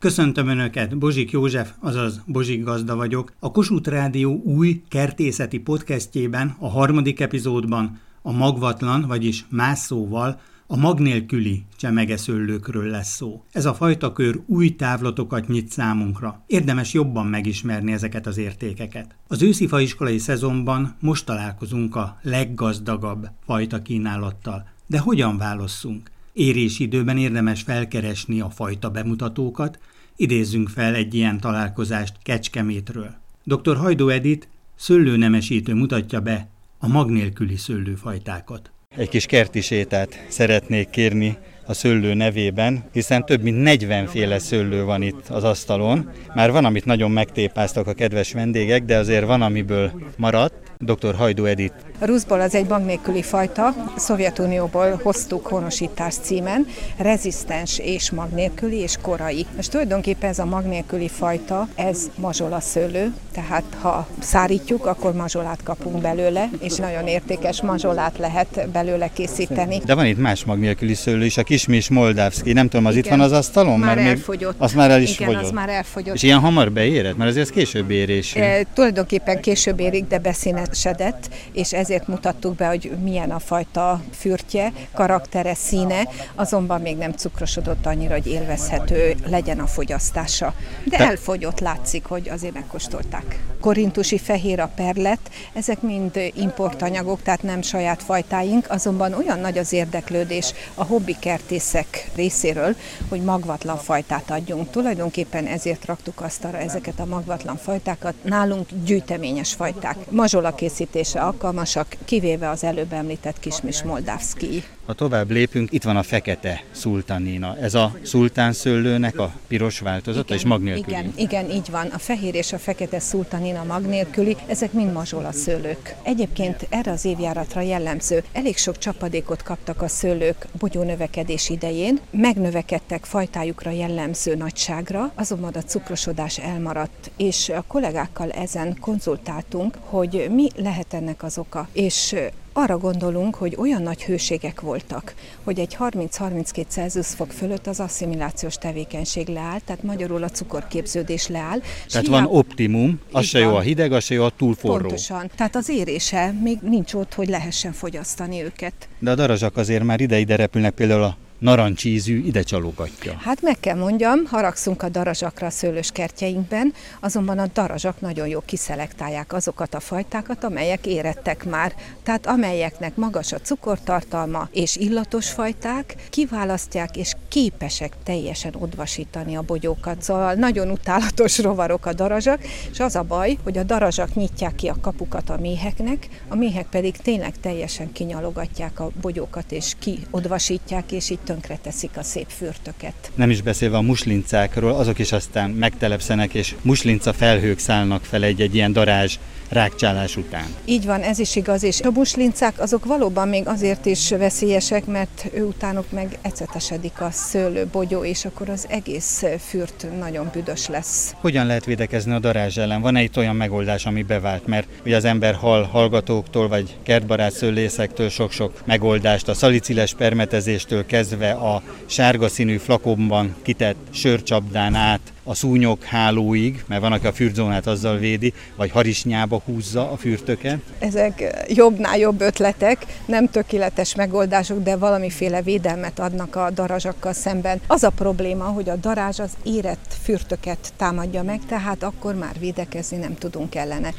Köszöntöm Önöket, Bozsik József, azaz Bozsik Gazda vagyok. A Kossuth Rádió új kertészeti podcastjében, a 3. epizódban a magvatlan, vagyis más szóval a mag nélküli csemegeszőlőkről lesz szó. Ez a fajtakör új távlatokat nyit számunkra. Érdemes jobban megismerni ezeket az értékeket. Az őszi faiskolai szezonban most találkozunk a leggazdagabb fajta kínálattal. De hogyan válasszunk? Érésidőben érdemes felkeresni a fajta bemutatókat, idézzünk fel egy ilyen találkozást Kecskemétről. Dr. Hajdó Edit, szőlőnemesítő mutatja be a mag nélküli szőlőfajtákat. Egy kis kerti sétát szeretnék kérni a szőlő nevében, hiszen több mint 40 féle szőlő van itt az asztalon. Már van, amit nagyon megtépáztak a kedves vendégek, de azért van, amiből maradt. Dr. Hajdó Edit. A ruszból az egy mag nélküli fajta, a Szovjetunióból hoztuk honosítás címen, rezisztens és mag nélküli és korai. És tulajdonképpen ez a mag nélküli fajta, ez mazsola szőlő, tehát ha szárítjuk, akkor mazsolát kapunk belőle, és nagyon értékes mazsolát lehet belőle készíteni. De van itt más mag nélküli szőlő is, a Kismis Moldavszki, nem tudom, az igen, itt van az asztalon? Már elfogyott. Az már el is igen, fogyott. Az már elfogyott. És ilyen hamar beérett? Mert azért ez később érésű. Tulajdonképpen később érik, de beszínesedett, és ezért mutattuk be, hogy milyen a fajta fürtje, karaktere, színe, azonban még nem cukrosodott annyira, hogy élvezhető legyen a fogyasztása. De elfogyott, látszik, hogy azért megkóstolták. Korintusi fehér, a perlett, ezek mind importanyagok, tehát nem saját fajtáink, azonban olyan nagy az érdeklődés a hobbi kertészek részéről, hogy magvatlan fajtát adjunk. Tulajdonképpen ezért raktuk asztalra ezeket a magvatlan fajtákat, nálunk gyűjteményes fajták. Mazsola készítése alkalmasak, kivéve az előbb említett Kismis Moldavszki. Ha tovább lépünk, itt van a fekete szultanina. Ez a szultán szőlőnek a piros változata, és mag nélküli. Igen, így van. A fehér és a fekete szultanina mag nélküli, ezek mind mazsola szőlők. Egyébként erre az évjáratra jellemző, elég sok csapadékot kaptak a szőlők bogyónövekedés idején, megnövekedtek fajtájukra jellemző nagyságra, azonban a cukrosodás elmaradt, és a kollégákkal ezen konzultáltunk, hogy mi lehet ennek az oka. És arra gondolunk, hogy olyan nagy hőségek voltak, hogy egy 30-32 Celsius fok fölött az asszimilációs tevékenység leáll, tehát magyarul a cukorképződés leáll. Tehát van optimum, az se jó a hideg, az se jó a túl forró. Pontosan. Tehát az érése még nincs ott, hogy lehessen fogyasztani őket. De a darazsak azért már ide-ide repülnek, például a narancsízű ide csalogatja. Hát meg kell mondjam, haragszunk a darazsakra a szőlőskertjeinkben, azonban a darazsak nagyon jól kiszelektálják azokat a fajtákat, amelyek érettek már. Tehát amelyeknek magas a cukortartalma és illatos fajták, kiválasztják és képesek teljesen odvasítani a bogyókat. Szóval nagyon utálatos rovarok a darazsak, és az a baj, hogy a darazsak nyitják ki a kapukat a méheknek, a méhek pedig tényleg teljesen kinyalogatják a bogyókat és kiodvasítják, és így tönkreteszik a szép fürtöket. Nem is beszélve a muslincákról, azok is aztán megtelepszenek, és muslinca felhők szállnak fel egy ilyen darázs rákcsálás után. Így van, ez is igaz, és a muslincák azok valóban még azért is veszélyesek, mert ő utánuk meg ecetesedik a szőlőbogyó, és akkor az egész fürt nagyon büdös lesz. Hogyan lehet védekezni a darázs ellen? Van-e itt olyan megoldás, ami bevált? Mert ugye az ember hall hallgatóktól, vagy kertbarát szőlészektől sok-sok megoldást, a szaliciles permetezéstől kezdve a sárga színű flakonban kitett sörcsapdán át a szúnyog hálóig, mert van, aki a fürtzónát azzal védi, vagy harisnyába húzza a fürtöket. Ezek jobbnál jobb ötletek, nem tökéletes megoldások, de valamiféle védelmet adnak a darazsakkal szemben. Az a probléma, hogy a darázs az érett fürtöket támadja meg, tehát akkor már védekezni nem tudunk ellene.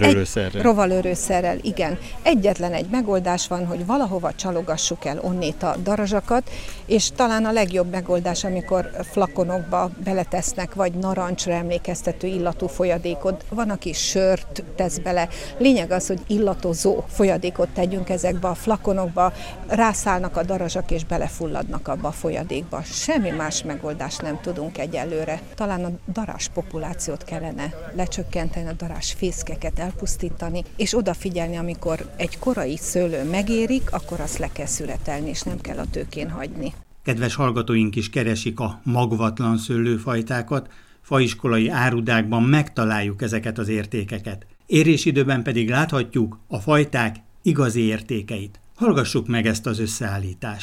Rovarölőszerrel, igen. Egyetlen egy megoldás van, hogy valahova csalogassuk el onnét a darazsakat, és talán a legjobb megoldás, amikor flakonokba beletesznek, vagy narancsra emlékeztető illatú folyadékot, van, aki sört tesz bele. Lényeg az, hogy illatozó folyadékot tegyünk ezekbe a flakonokba, rászállnak a darazsak és belefulladnak abba a folyadékba. Semmi más megoldást nem tudunk egyelőre. Talán a darázs populációt kellene lecsökkenteni, a darázs fészkeket elpusztítani, és odafigyelni, amikor egy korai szőlő megérik, akkor azt le kell szüretelni, és nem kell a tőkén hagyni. Kedves hallgatóink is keresik a magvatlan szőlőfajtákat, faiskolai árudákban megtaláljuk ezeket az értékeket. Érésidőben pedig láthatjuk a fajták igazi értékeit. Hallgassuk meg ezt az összeállítást.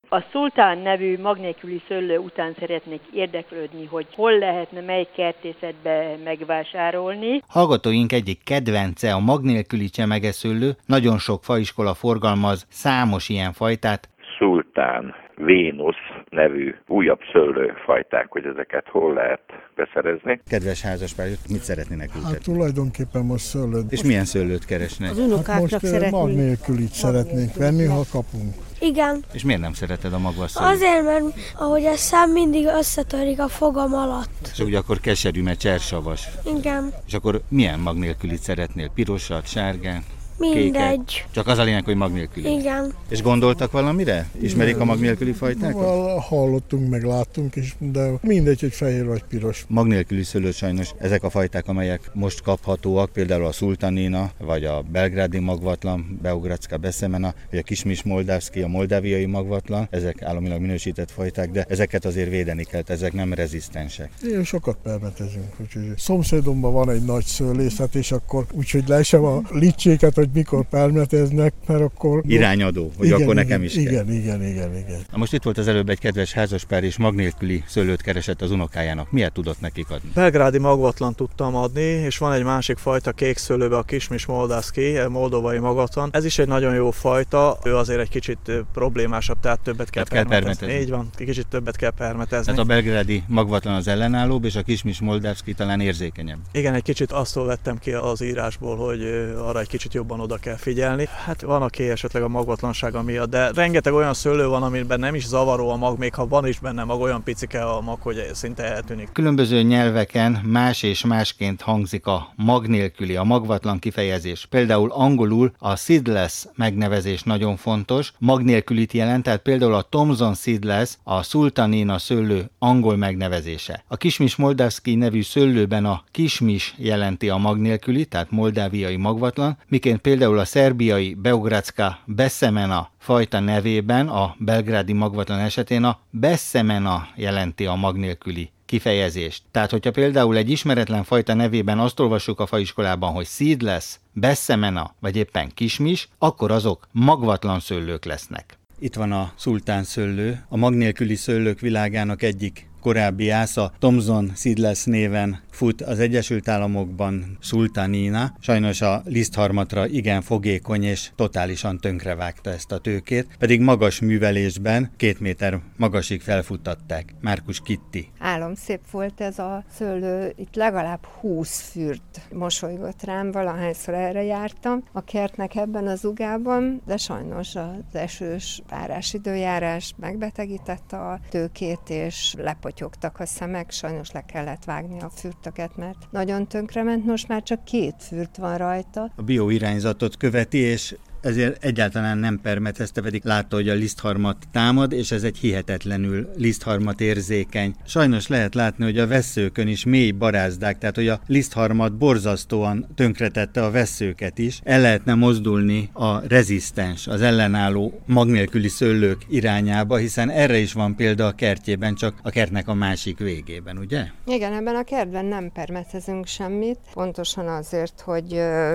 A Szultán nevű mag nélküli szőlő után szeretnék érdeklődni, hogy hol lehetne melyik kertészetbe megvásárolni. Hallgatóink egyik kedvence a mag nélküli csemegeszőlő, nagyon sok faiskola forgalmaz számos ilyen fajtát. Szultán, Vénusz nevű újabb szőlőfajták, hogy ezeket hol lehet beszerezni. Kedves házaspár, mit szeretnének ültetni? Hát tulajdonképpen most szőlőt. És milyen szőlőt keresnek? Az unokáknak most szeretnénk. mag nélkülit szeretnénk venni, ha kapunk. Igen. És miért nem szereted a magvas szőlőt? Azért, mert ahogy ez szám mindig összetörik a fogam alatt. És ugye akkor keserű, mert csersavas. Igen. És akkor milyen mag nélkülit szeretnél? Pirosat, sárgán? Mindegy. Kéket? Csak az a lényeg, hogy mag nélküli. Igen. És gondoltak valamire? Ismerik a mag nélküli fajtákat? Hallottunk, meg láttunk is, de mindegy, hogy fehér vagy piros. Mag nélküli szőlő sajnos ezek a fajták, amelyek most kaphatóak, például a Szultanina, vagy a belgrádi magvatlan, Beogradska Besemena, vagy a Kismis Moldavski, a moldáviai magvatlan, ezek államilag minősített fajták, de ezeket azért védeni kell, ezek nem rezisztensek. Én sokat permetezünk, úgyhogy szomszédomban van egy nagy szőlészet, és akkor úgyhogy leesem a licséket, hogy mikor permeteznek, mert akkor... Irányadó, hogy igen, akkor nekem is igen, kell. Igen. Na most itt volt az előbb egy kedves házaspár, és mag nélküli szőlőt keresett az unokájának. Miért tudott nekik adni? Belgrádi magvatlan tudtam adni, és van egy másik fajta kék szőlőbe, a Kismis Moldavski, moldovai magvatlan. Ez is egy nagyon jó fajta, ő azért egy kicsit problémásabb, tehát többet kell permetezni. Így van, kicsit többet kell permetezni. Tehát a belgrádi magvatlan az ellenállóbb, és a Kismis Moldavski talán érzékenyebb. Igen, egy kicsit azt vettem ki az írásból, hogy arra egy kicsit jobban oda kell figyelni. Hát van, aki esetleg a magvatlansága miatt, de rengeteg olyan szőlő van, amiben nem is zavaró a mag, még ha van is benne mag, olyan picike a mag, hogy szinte eltűnik. Különböző nyelveken más és másként hangzik a mag nélküli, a magvatlan kifejezés. Például angolul a seedless megnevezés nagyon fontos, mag nélkülit jelent, tehát például a Thomson seedless, a Sultanina szőlő angol megnevezése. A Kismis Moldavski nevű szőlőben a kismis jelenti a mag nélküli, tehát moldáviai magvatlan, miként például a szerbiai Beogradska Besemena fajta nevében a belgrádi magvatlan esetén a Besemena jelenti a mag nélküli kifejezést. Tehát, hogyha például egy ismeretlen fajta nevében azt olvassuk a faiskolában, hogy seedless, Besemena vagy éppen kismis, akkor azok magvatlan szőlők lesznek. Itt van a szultán szőlő, a mag nélküli szőlők világának egyik korábbi ásza, Thomson seedless néven fut az Egyesült Államokban, Sultanina. Sajnos a lisztharmatra igen fogékony és totálisan tönkrevágta ezt a tőkét, pedig magas művelésben 2 méter magasig felfuttatták. Márkus Kitti. Álomszép volt ez a szőlő, itt legalább 20 fürt mosolygott rám, valahányszor erre jártam a kertnek ebben az ugában, de sajnos az esős időjárás megbetegítette a tőkét, és lepotyogtak a szemek, sajnos le kellett vágni a fürtöket, mert nagyon tönkrement, most már csak 2 fürt van rajta. A bioirányzatot követi, és ezért egyáltalán nem permetezte, pedig látta, hogy a lisztharmat támad, és ez egy hihetetlenül lisztharmat érzékeny. Sajnos lehet látni, hogy a vesszőkön is mély barázdák, tehát hogy a lisztharmat borzasztóan tönkretette a vesszőket is. El lehetne mozdulni a rezisztens, az ellenálló mag nélküli szőlők irányába, hiszen erre is van példa a kertjében, csak a kertnek a másik végében, ugye? Igen, ebben a kertben nem permetezünk semmit, pontosan azért, hogy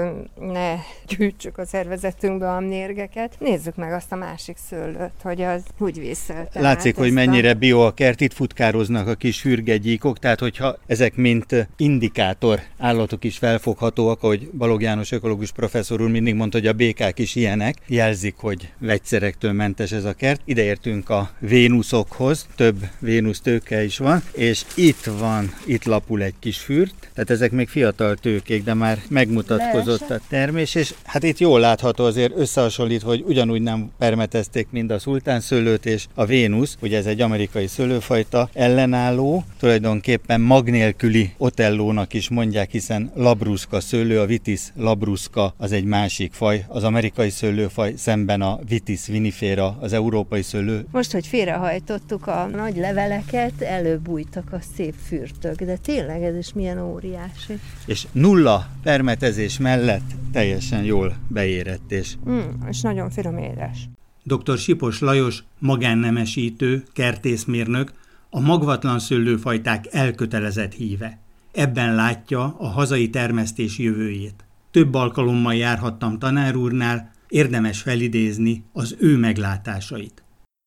ne gyűjtsük a szervezetünkbe a mérgeket. Nézzük meg azt a másik szőlőt, hogy az úgy vészelte. Látszik, hogy mennyire bio a kert, itt futkároznak a kis hürgegyíkok, tehát hogyha ezek mint indikátor állatok is felfoghatóak, ahogy Balogh János ökológus professzor úr mindig mondta, hogy a békák is ilyenek, jelzik, hogy vegyszerektől mentes ez a kert. Ideértünk a Vénuszokhoz, több Vénusz tőke is van, és itt lapul egy kis fürt, tehát ezek még fiatal tőkék, de már megmutatkozott a termés, és hát itt jól látható azért összehasonlítva, hogy ugyanúgy nem permetezték mind a szultán szőlőt és a Vénusz, ugye ez egy amerikai szőlőfajta, ellenálló, tulajdonképpen mag nélküli Otellónak is mondják, hiszen labruszka szőlő, a Vitis labruszka az egy másik faj, az amerikai szőlőfaj szemben a Vitis vinifera, az európai szőlő. Most, hogy félrehajtottuk a nagy leveleket, előbújtak a szép fürtök, de tényleg ez is milyen óriási. És 0 permetezés mellett teljesen jól beérett, és nagyon finom édes. Dr. Sipos Lajos, magánnemesítő, kertészmérnök, a magvatlan szőlőfajták elkötelezett híve. Ebben látja a hazai termesztés jövőjét. Több alkalommal járhattam tanár úrnál, érdemes felidézni az ő meglátásait.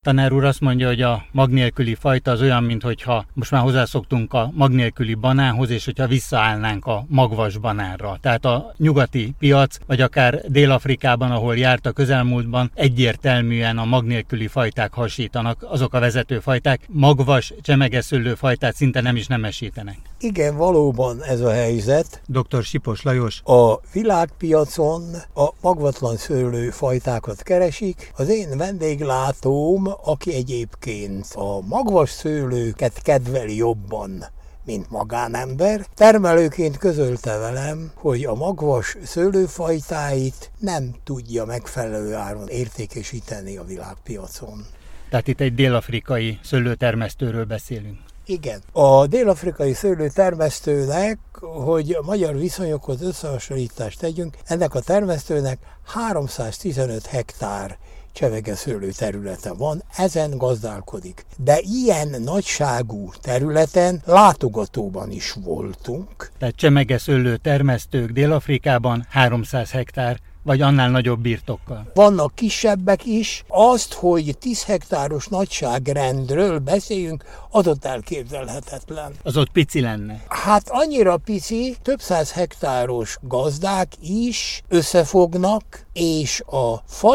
Tanár úr azt mondja, hogy a mag nélküli fajta az olyan, mintha most már hozzászoktunk a mag nélküli banánhoz, és hogyha visszaállnánk a magvas banánra. Tehát a nyugati piac, vagy akár Dél-Afrikában, ahol járt a közelmúltban, egyértelműen a mag nélküli fajták hasítanak, azok a vezető fajták, magvas, csemegeszőlő fajtát szinte nem is nemesítenek. Igen, valóban ez a helyzet. Dr. Sipos Lajos. A világpiacon a magvatlan szőlőfajtákat keresik. Az én vendéglátóm, aki egyébként a magvas szőlőket kedveli jobban, mint magánember, termelőként közölte velem, hogy a magvas szőlőfajtáit nem tudja megfelelő áron értékesíteni a világpiacon. Tehát itt egy dél-afrikai szőlőtermesztőről beszélünk. Igen. A dél-afrikai szőlőtermesztőnek, hogy magyar viszonyokhoz összehasonlítást tegyünk, ennek a termesztőnek 315 hektár csevegeszőlő területe van, ezen gazdálkodik. De ilyen nagyságú területen látogatóban is voltunk. Tehát csemegeszőlő termesztők Dél-Afrikában 300 hektár, vagy annál nagyobb birtokkal. Vannak kisebbek is. Azt, hogy 10 hektáros nagyságrendről beszéljünk, adott elképzelhetetlen. Az ott pici lenne? Hát annyira pici, több száz hektáros gazdák is összefognak, és a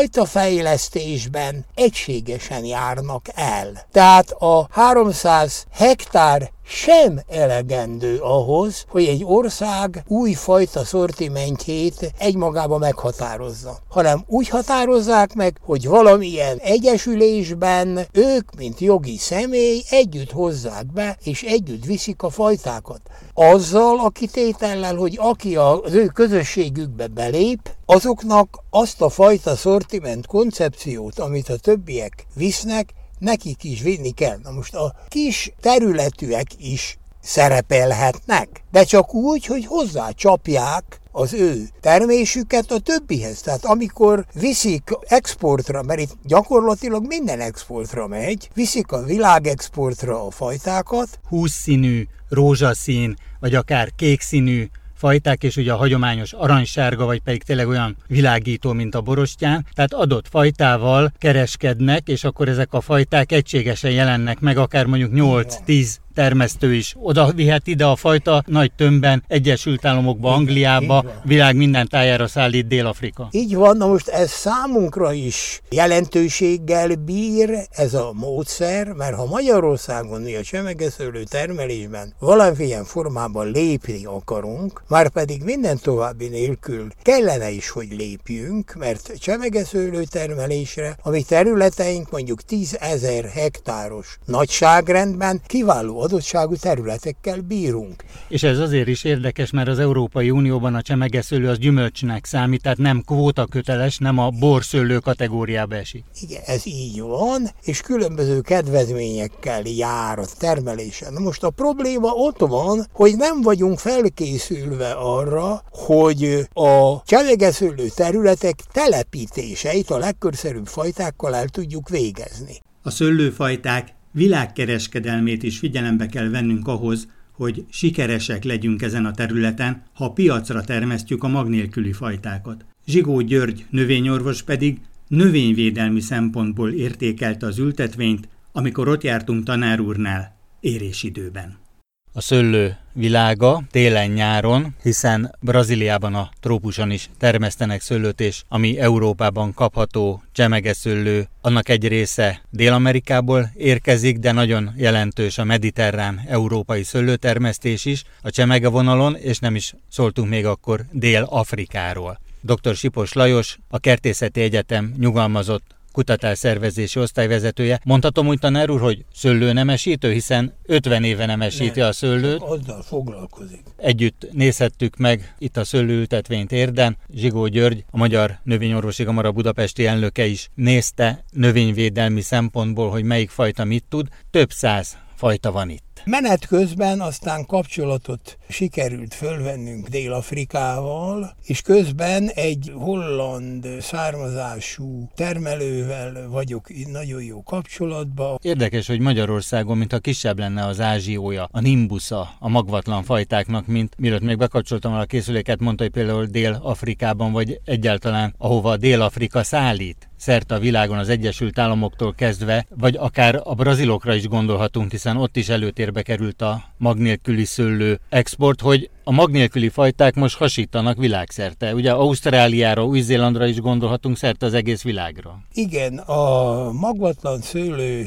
fajtafejlesztésben egységesen járnak el. Tehát a 300 hektár sem elegendő ahhoz, hogy egy ország új fajta szortimentjét egymagába meghatározza, hanem úgy határozzák meg, hogy valamilyen egyesülésben ők, mint jogi személy, együtt hozzák be, és együtt viszik a fajtákat. Azzal a kitétellel, hogy aki az ő közösségükbe belép, azoknak azt a fajta szortiment koncepciót, amit a többiek visznek, nekik is vinni kell. Na most a kis területűek is szerepelhetnek, de csak úgy, hogy hozzácsapják az ő termésüket a többihez. Tehát amikor viszik exportra, mert itt gyakorlatilag minden exportra megy, viszik a világexportra a fajtákat. 20 színű, rózsaszín, vagy akár kék színű fajták, és ugye a hagyományos aranysárga, vagy pedig tényleg olyan világító, mint a borostyán. Tehát adott fajtával kereskednek, és akkor ezek a fajták egységesen jelennek meg, akár mondjuk 8-10 termesztő is oda vihet ide a fajta nagy tömbben, Egyesült Államokba, Angliába, világ minden tájára szállít Dél-Afrika. Így van, na most ez számunkra is jelentőséggel bír ez a módszer, mert ha Magyarországon mi a csemegeszőlő termelésben valamilyen formában lépni akarunk, már pedig minden további nélkül kellene is, hogy lépjünk, mert csemegeszőlő termelésre a mi területeink mondjuk 10 000 hektáros nagyságrendben kiváló adottságú területekkel bírunk. És ez azért is érdekes, mert az Európai Unióban a csemegeszőlő az gyümölcsnek számít, tehát nem kvóta köteles, nem a borszőlő kategóriába esik. Igen, ez így van, és különböző kedvezményekkel jár a termelésen. Na most a probléma ott van, hogy nem vagyunk felkészülve arra, hogy a csemegeszőlő területek telepítéseit a legkorszerűbb fajtákkal el tudjuk végezni. A szőlőfajták világkereskedelmét is figyelembe kell vennünk ahhoz, hogy sikeresek legyünk ezen a területen, ha piacra termesztjük a mag nélküli fajtákat. Zsigó György növényorvos pedig növényvédelmi szempontból értékelte az ültetvényt, amikor ott jártunk tanár úrnál érésidőben. A szőlő világa télen-nyáron, hiszen Brazíliában a trópuson is termesztenek szőlőt, és ami Európában kapható csemegeszőlő, annak egy része Dél-Amerikából érkezik, de nagyon jelentős a mediterrán európai szőlőtermesztés is a csemegevonalon, és nem is szóltunk még akkor Dél-Afrikáról. Dr. Sipos Lajos, a Kertészeti Egyetem nyugalmazott kutatásszervezési osztályvezetője. Mondhatom úgy, tanár úr, hogy szőlőnemesítő, hiszen 50 éve nemesíti a szőlőt. Azzal foglalkozik. Együtt nézhettük meg itt a szőlőültetvényt Érden. Zsigó György, a Magyar Növényorvosi Kamara budapesti elnöke is nézte növényvédelmi szempontból, hogy melyik fajta mit tud. Több száz fajta van itt. Menet közben aztán kapcsolatot sikerült fölvennünk Dél-Afrikával, és közben egy holland származású termelővel vagyok nagyon jó kapcsolatban. Érdekes, hogy Magyarországon, mintha kisebb lenne az ázsiója, a nimbusza a magvatlan fajtáknak, mint mielőtt még bekapcsoltam a készüléket, mondta, hogy például Dél-Afrikában, vagy egyáltalán ahova Dél-Afrika szállít szerte a világon, az Egyesült Államoktól kezdve, vagy akár a brazilokra is gondolhatunk, hiszen ott is előtérbe került a mag nélküli szőlő export, hogy a mag nélküli fajták most hasítanak világszerte. Ugye Ausztráliára, Új-Zélandra is gondolhatunk, szerte az egész világra. Igen, a magvatlan szőlő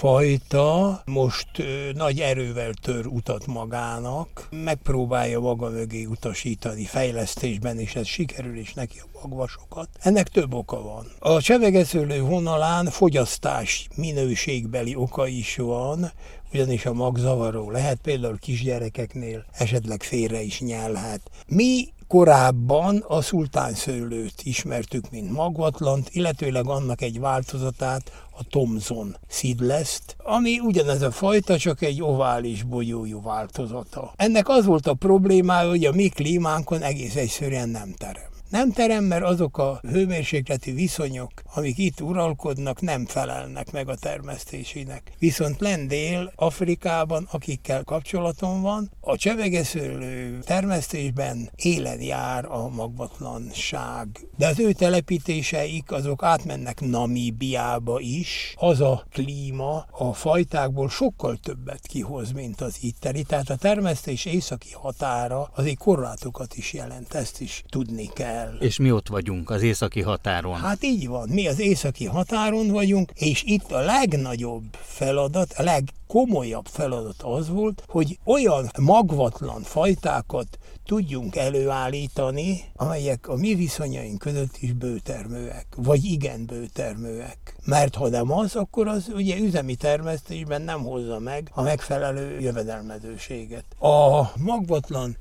fajta most nagy erővel tör utat magának, megpróbálja maga mögé utasítani fejlesztésben, és ez sikerül is neki a magvasokat. Ennek több oka van. A csevegeszőlő vonalán fogyasztás minőségbeli oka is van, ugyanis a mag zavaró lehet, például kisgyerekeknél esetleg félre is nyelhet. Mi korábban a szultánszőlőt ismertük, mint magvatlant, illetőleg annak egy változatát, a Thomson Seedless-t, ami ugyanez a fajta, csak egy ovális bogyójú változata. Ennek az volt a problémája, hogy a mi klímánkon egész egyszerűen nem terem. Nem terem, mert azok a hőmérsékleti viszonyok, amik itt uralkodnak, nem felelnek meg a termesztésének. Viszont Dél-Afrikában, akikkel kapcsolatom van, a csevegeszőlő termesztésben élen jár a magvatlanság. De az ő telepítéseik azok átmennek Namíbiába is. Az a klíma a fajtákból sokkal többet kihoz, mint az itteni. Tehát a termesztés északi határa azért korlátokat is jelent, ezt is tudni kell. És mi ott vagyunk, az északi határon. Hát így van, mi az északi határon vagyunk, és itt a legnagyobb feladat, a legkomolyabb feladat az volt, hogy olyan magvatlan fajtákat tudjunk előállítani, amelyek a mi viszonyaink között is bőtermőek, vagy igen bőtermőek. Mert ha nem az, akkor az ugye üzemi termesztésben nem hozza meg a megfelelő jövedelmezőséget. A magvatlan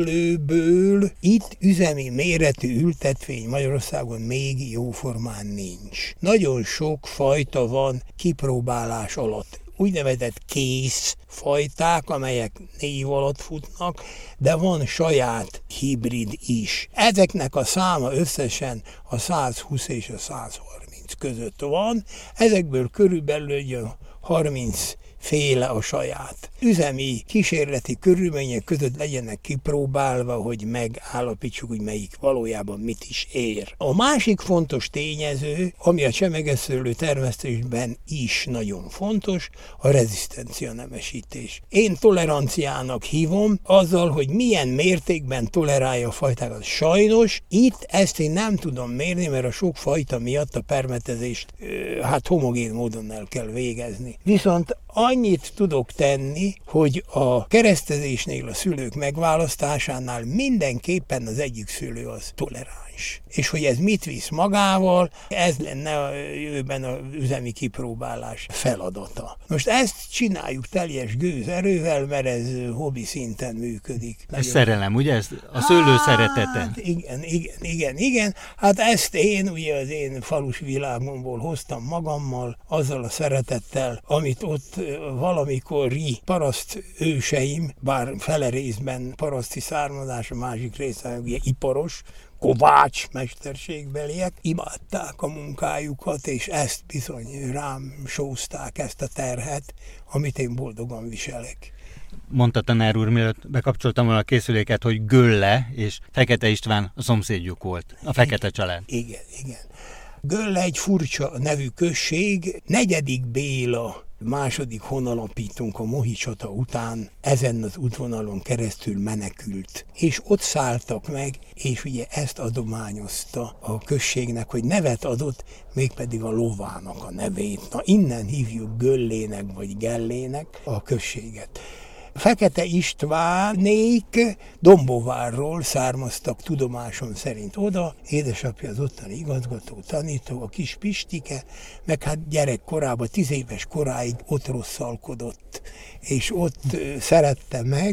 szőlőből itt üzemi méretű ültetvény Magyarországon még jóformán nincs. Nagyon sok fajta van kipróbálás alatt. Úgynevezett kész fajták, amelyek név alatt futnak, de van saját hibrid is. Ezeknek a száma összesen a 120 és a 130 között van, ezekből körülbelül 30 féle a saját. Üzemi kísérleti körülmények között legyenek kipróbálva, hogy megállapítsuk, hogy melyik valójában mit is ér. A másik fontos tényező, ami a csemegeszőlő termesztésben is nagyon fontos, a rezisztencia nemesítés. Én toleranciának hívom azzal, hogy milyen mértékben tolerálja a fajtákat. Sajnos itt ezt én nem tudom mérni, mert a sok fajta miatt a permetezést homogén módon el kell végezni. Viszont annyit tudok tenni, hogy a keresztezésnél, a szülők megválasztásánál mindenképpen az egyik szülő az toleráns. És hogy ez mit visz magával, ez lenne a jövőben az üzemi kipróbálás feladata. Most ezt csináljuk teljes gőzerővel, mert ez hobbi szinten működik. Ez szerelem, ugye? Ez a szőlő szeretete. Hát igen. Hát ezt én ugye az én falus világomból hoztam magammal, azzal a szeretettel, amit ott valamikori paraszt őseim, bár fele részben paraszti származás, a másik része ugye iparos, kovács mesterségbeliek, imádták a munkájukat, és ezt bizony rám sózták, ezt a terhet, amit én boldogan viselek. Mondta tanár úr, mielőtt bekapcsoltam volna a készüléket, hogy Gölle és Fekete István a szomszédjuk volt, a Fekete család. Igen. Gölle egy furcsa nevű község, 4. Béla második honalapítónk a Mohi csata után ezen az útvonalon keresztül menekült. És ott szálltak meg, és ugye ezt adományozta a községnek, hogy nevet adott, mégpedig a lovának a nevét. Na innen hívjuk Göllének vagy Gellének a községet. Fekete Istvánék Dombóvárról származtak tudomásom szerint oda, édesapja az ottani igazgató, tanító, a kis Pistike, meg hát gyerekkorában, 10 éves koráig ott rosszalkodott, és ott szerette meg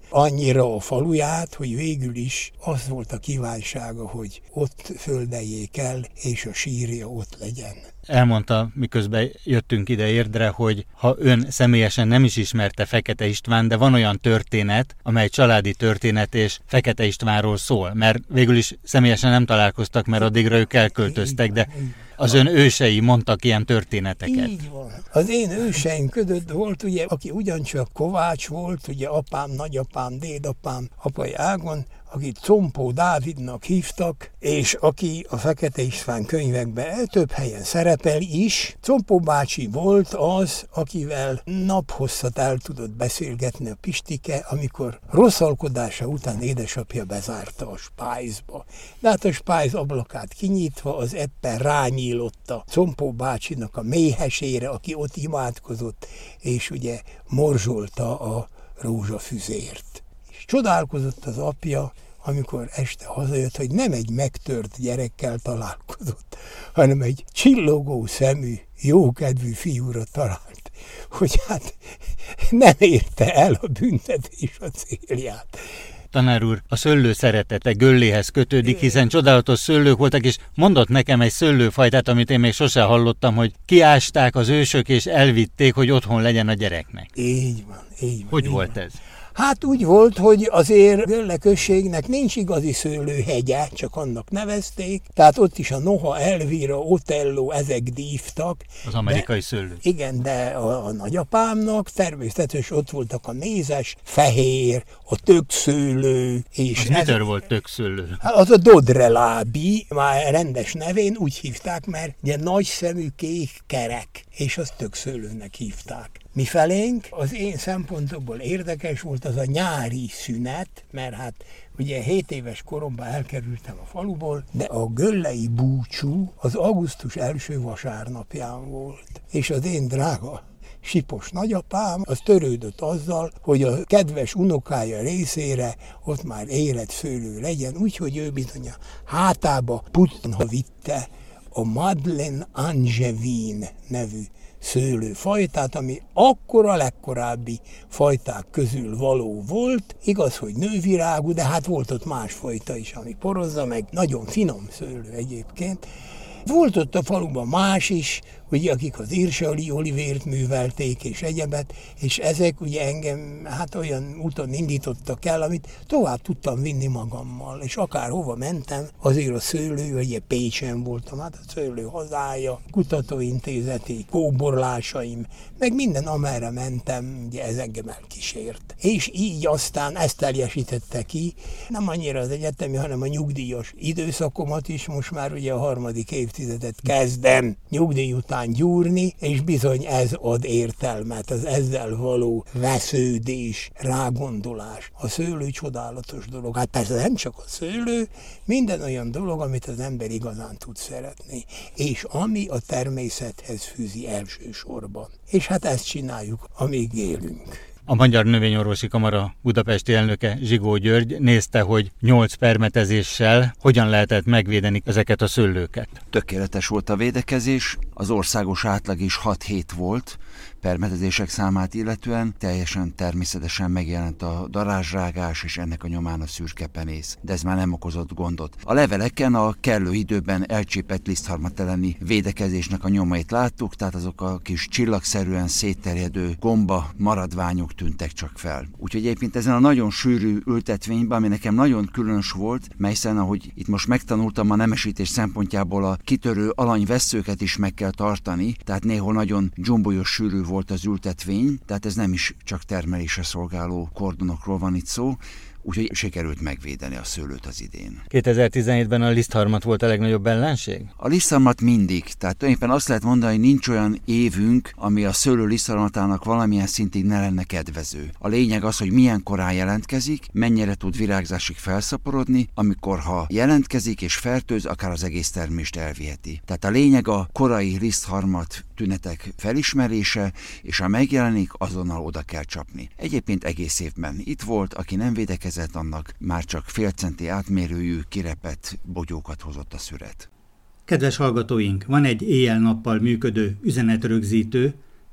annyira a faluját, hogy végül is az volt a kívánsága, hogy ott földeljék el, és a sírja ott legyen. Elmondta, miközben jöttünk ide Érdre, hogy ha ön személyesen nem is ismerte Fekete István, de van olyan történet, amely családi történet és Fekete Istvánról szól, mert végül is személyesen nem találkoztak, mert addigra ők elköltöztek, de az ön ősei mondtak ilyen történeteket. Így van. Az én őseim között volt, ugye, aki ugyancsak Kovács volt, ugye apám, nagyapám, dédapám, apai ágon, akit Compó Dávidnak hívtak, és aki a Fekete István könyvekben több helyen szerepel is. Compó bácsi volt az, akivel naphosszat el tudott beszélgetni a Pistike, amikor rosszalkodása után édesapja bezárta a spájzba. De hát a spájz ablakát kinyitva az eppen rányílotta Compó bácsinak a méhesére, aki ott imádkozott, és ugye morzsolta a rózsafüzért. Csodálkozott az apja, amikor este hazajött, hogy nem egy megtört gyerekkel találkozott, hanem egy csillogó szemű, jókedvű fiúra talált, hogy hát nem érte el a büntetés a célját. Tanár úr, a szőlő szeretete Gölléhez kötődik, hiszen csodálatos szőlők voltak, és mondott nekem egy szőlőfajtát, amit én még sosem hallottam, hogy kiásták az ősök, és elvitték, hogy otthon legyen a gyereknek. Így van. Hogy volt ez? Hát úgy volt, hogy azért Gölle községnek nincs igazi szőlőhegye, csak annak nevezték, tehát ott is a Noha, Elvira, Otello, ezek dívtak. Az amerikai szőlő. Igen, de a nagyapámnak természetesen ott voltak a mézes, fehér, a tökszőlő. És mitől volt tökszőlő? Az a Dodrelábi, már rendes nevén úgy hívták, mert ugye nagy szemű kék kerek, és azt tökszőlőnek hívták. Mifelénk az én szempontomból érdekes volt az a nyári szünet, mert hát ugye 7 éves koromban elkerültem a faluból, de a göllei búcsú az augusztus első vasárnapján volt. És az én drága Sipos nagyapám az törődött azzal, hogy a kedves unokája részére ott már érett szőlő legyen, úgyhogy ő bizony a hátába putna vitte a Madeleine Angevine nevű szőlőfajtát, ami akkor a legkorábbi fajták közül való volt. Igaz, hogy nővirágú, de hát volt ott más fajta is, ami porozza meg. Nagyon finom szőlő egyébként. Volt ott a faluban más is, ugye, akik az Irsali olivért művelték és egyebet, és ezek ugye engem hát olyan úton indítottak el, amit tovább tudtam vinni magammal, és akárhova mentem, azért a szőlő, ugye Pécsen voltam, hát a szőlő hazája, kutatóintézeti kóborlásaim, meg minden, amerre mentem, ugye ez engem elkísért. És így aztán ezt teljesítette ki, nem annyira az egyetemi, hanem a nyugdíjas időszakomat is, most már ugye a 3. évtizedet kezdem nyugdíj után gyúrni, és bizony ez ad értelmet, az ezzel való vesződés, rágondolás. A szőlő csodálatos dolog. Hát persze nem csak a szőlő, minden olyan dolog, amit az ember igazán tud szeretni, és ami a természethez fűzi elsősorban. És hát ezt csináljuk, amíg élünk. A Magyar Növényorvosi Kamara budapesti elnöke Zsigó György nézte, hogy 8 permetezéssel hogyan lehetett megvédeni ezeket a szőlőket. Tökéletes volt a védekezés, az országos átlag is 6-7 volt, permetezések számát illetően teljesen természetesen megjelent a darázsrágás és ennek a nyomán a szürkepenész, de ez már nem okozott gondot. A leveleken a kellő időben elcsépett lisztharmat elleni védekezésnek a nyomait láttuk, tehát azok a kis csillagszerűen szétterjedő gomba maradványok tűntek csak fel. Úgyhogy egyébként ezen a nagyon sűrű ültetvényben, ami nekem nagyon különös volt, mely hiszen ahogy itt most megtanultam, a nemesítés szempontjából a kitörő alanyvesszőket is meg kell tartani, tehát néhol nagyon dzsumbolyos sűrű volt az ültetvény, tehát ez nem is csak termelésre szolgáló kordonokról van itt szó, úgyhogy sikerült megvédeni a szőlőt az idén. 2017-ben a lisztharmat volt a legnagyobb ellenség? A lisztharmat mindig, tehát tulajdonképpen azt lehet mondani, hogy nincs olyan évünk, ami a szőlő lisztharmatának valamilyen szintig ne lenne kedvező. A lényeg az, hogy milyen korán jelentkezik, mennyire tud virágzásig felszaporodni, amikor ha jelentkezik és fertőz, akár az egész termést elviheti. Tehát a lényeg a korai lisztharmat tünetek felismerése, és ha megjelenik, azonnal oda kell csapni. Egyébként egész évben itt volt, aki nem védekezett, annak már csak fél centi átmérőjű, kirepett bogyókat hozott a szüret. Kedves hallgatóink, van egy éjjel-nappal működő üzenetrögzítő,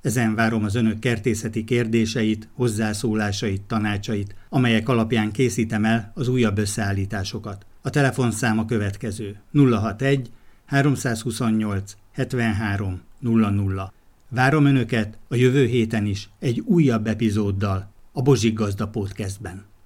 Ezen várom az önök kertészeti kérdéseit, hozzászólásait, tanácsait, amelyek alapján készítem el az újabb összeállításokat. A telefonszám a következő: 061 328 73 00. Várom önöket a jövő héten is egy újabb epizóddal a Bozsik Gazda Podcastben.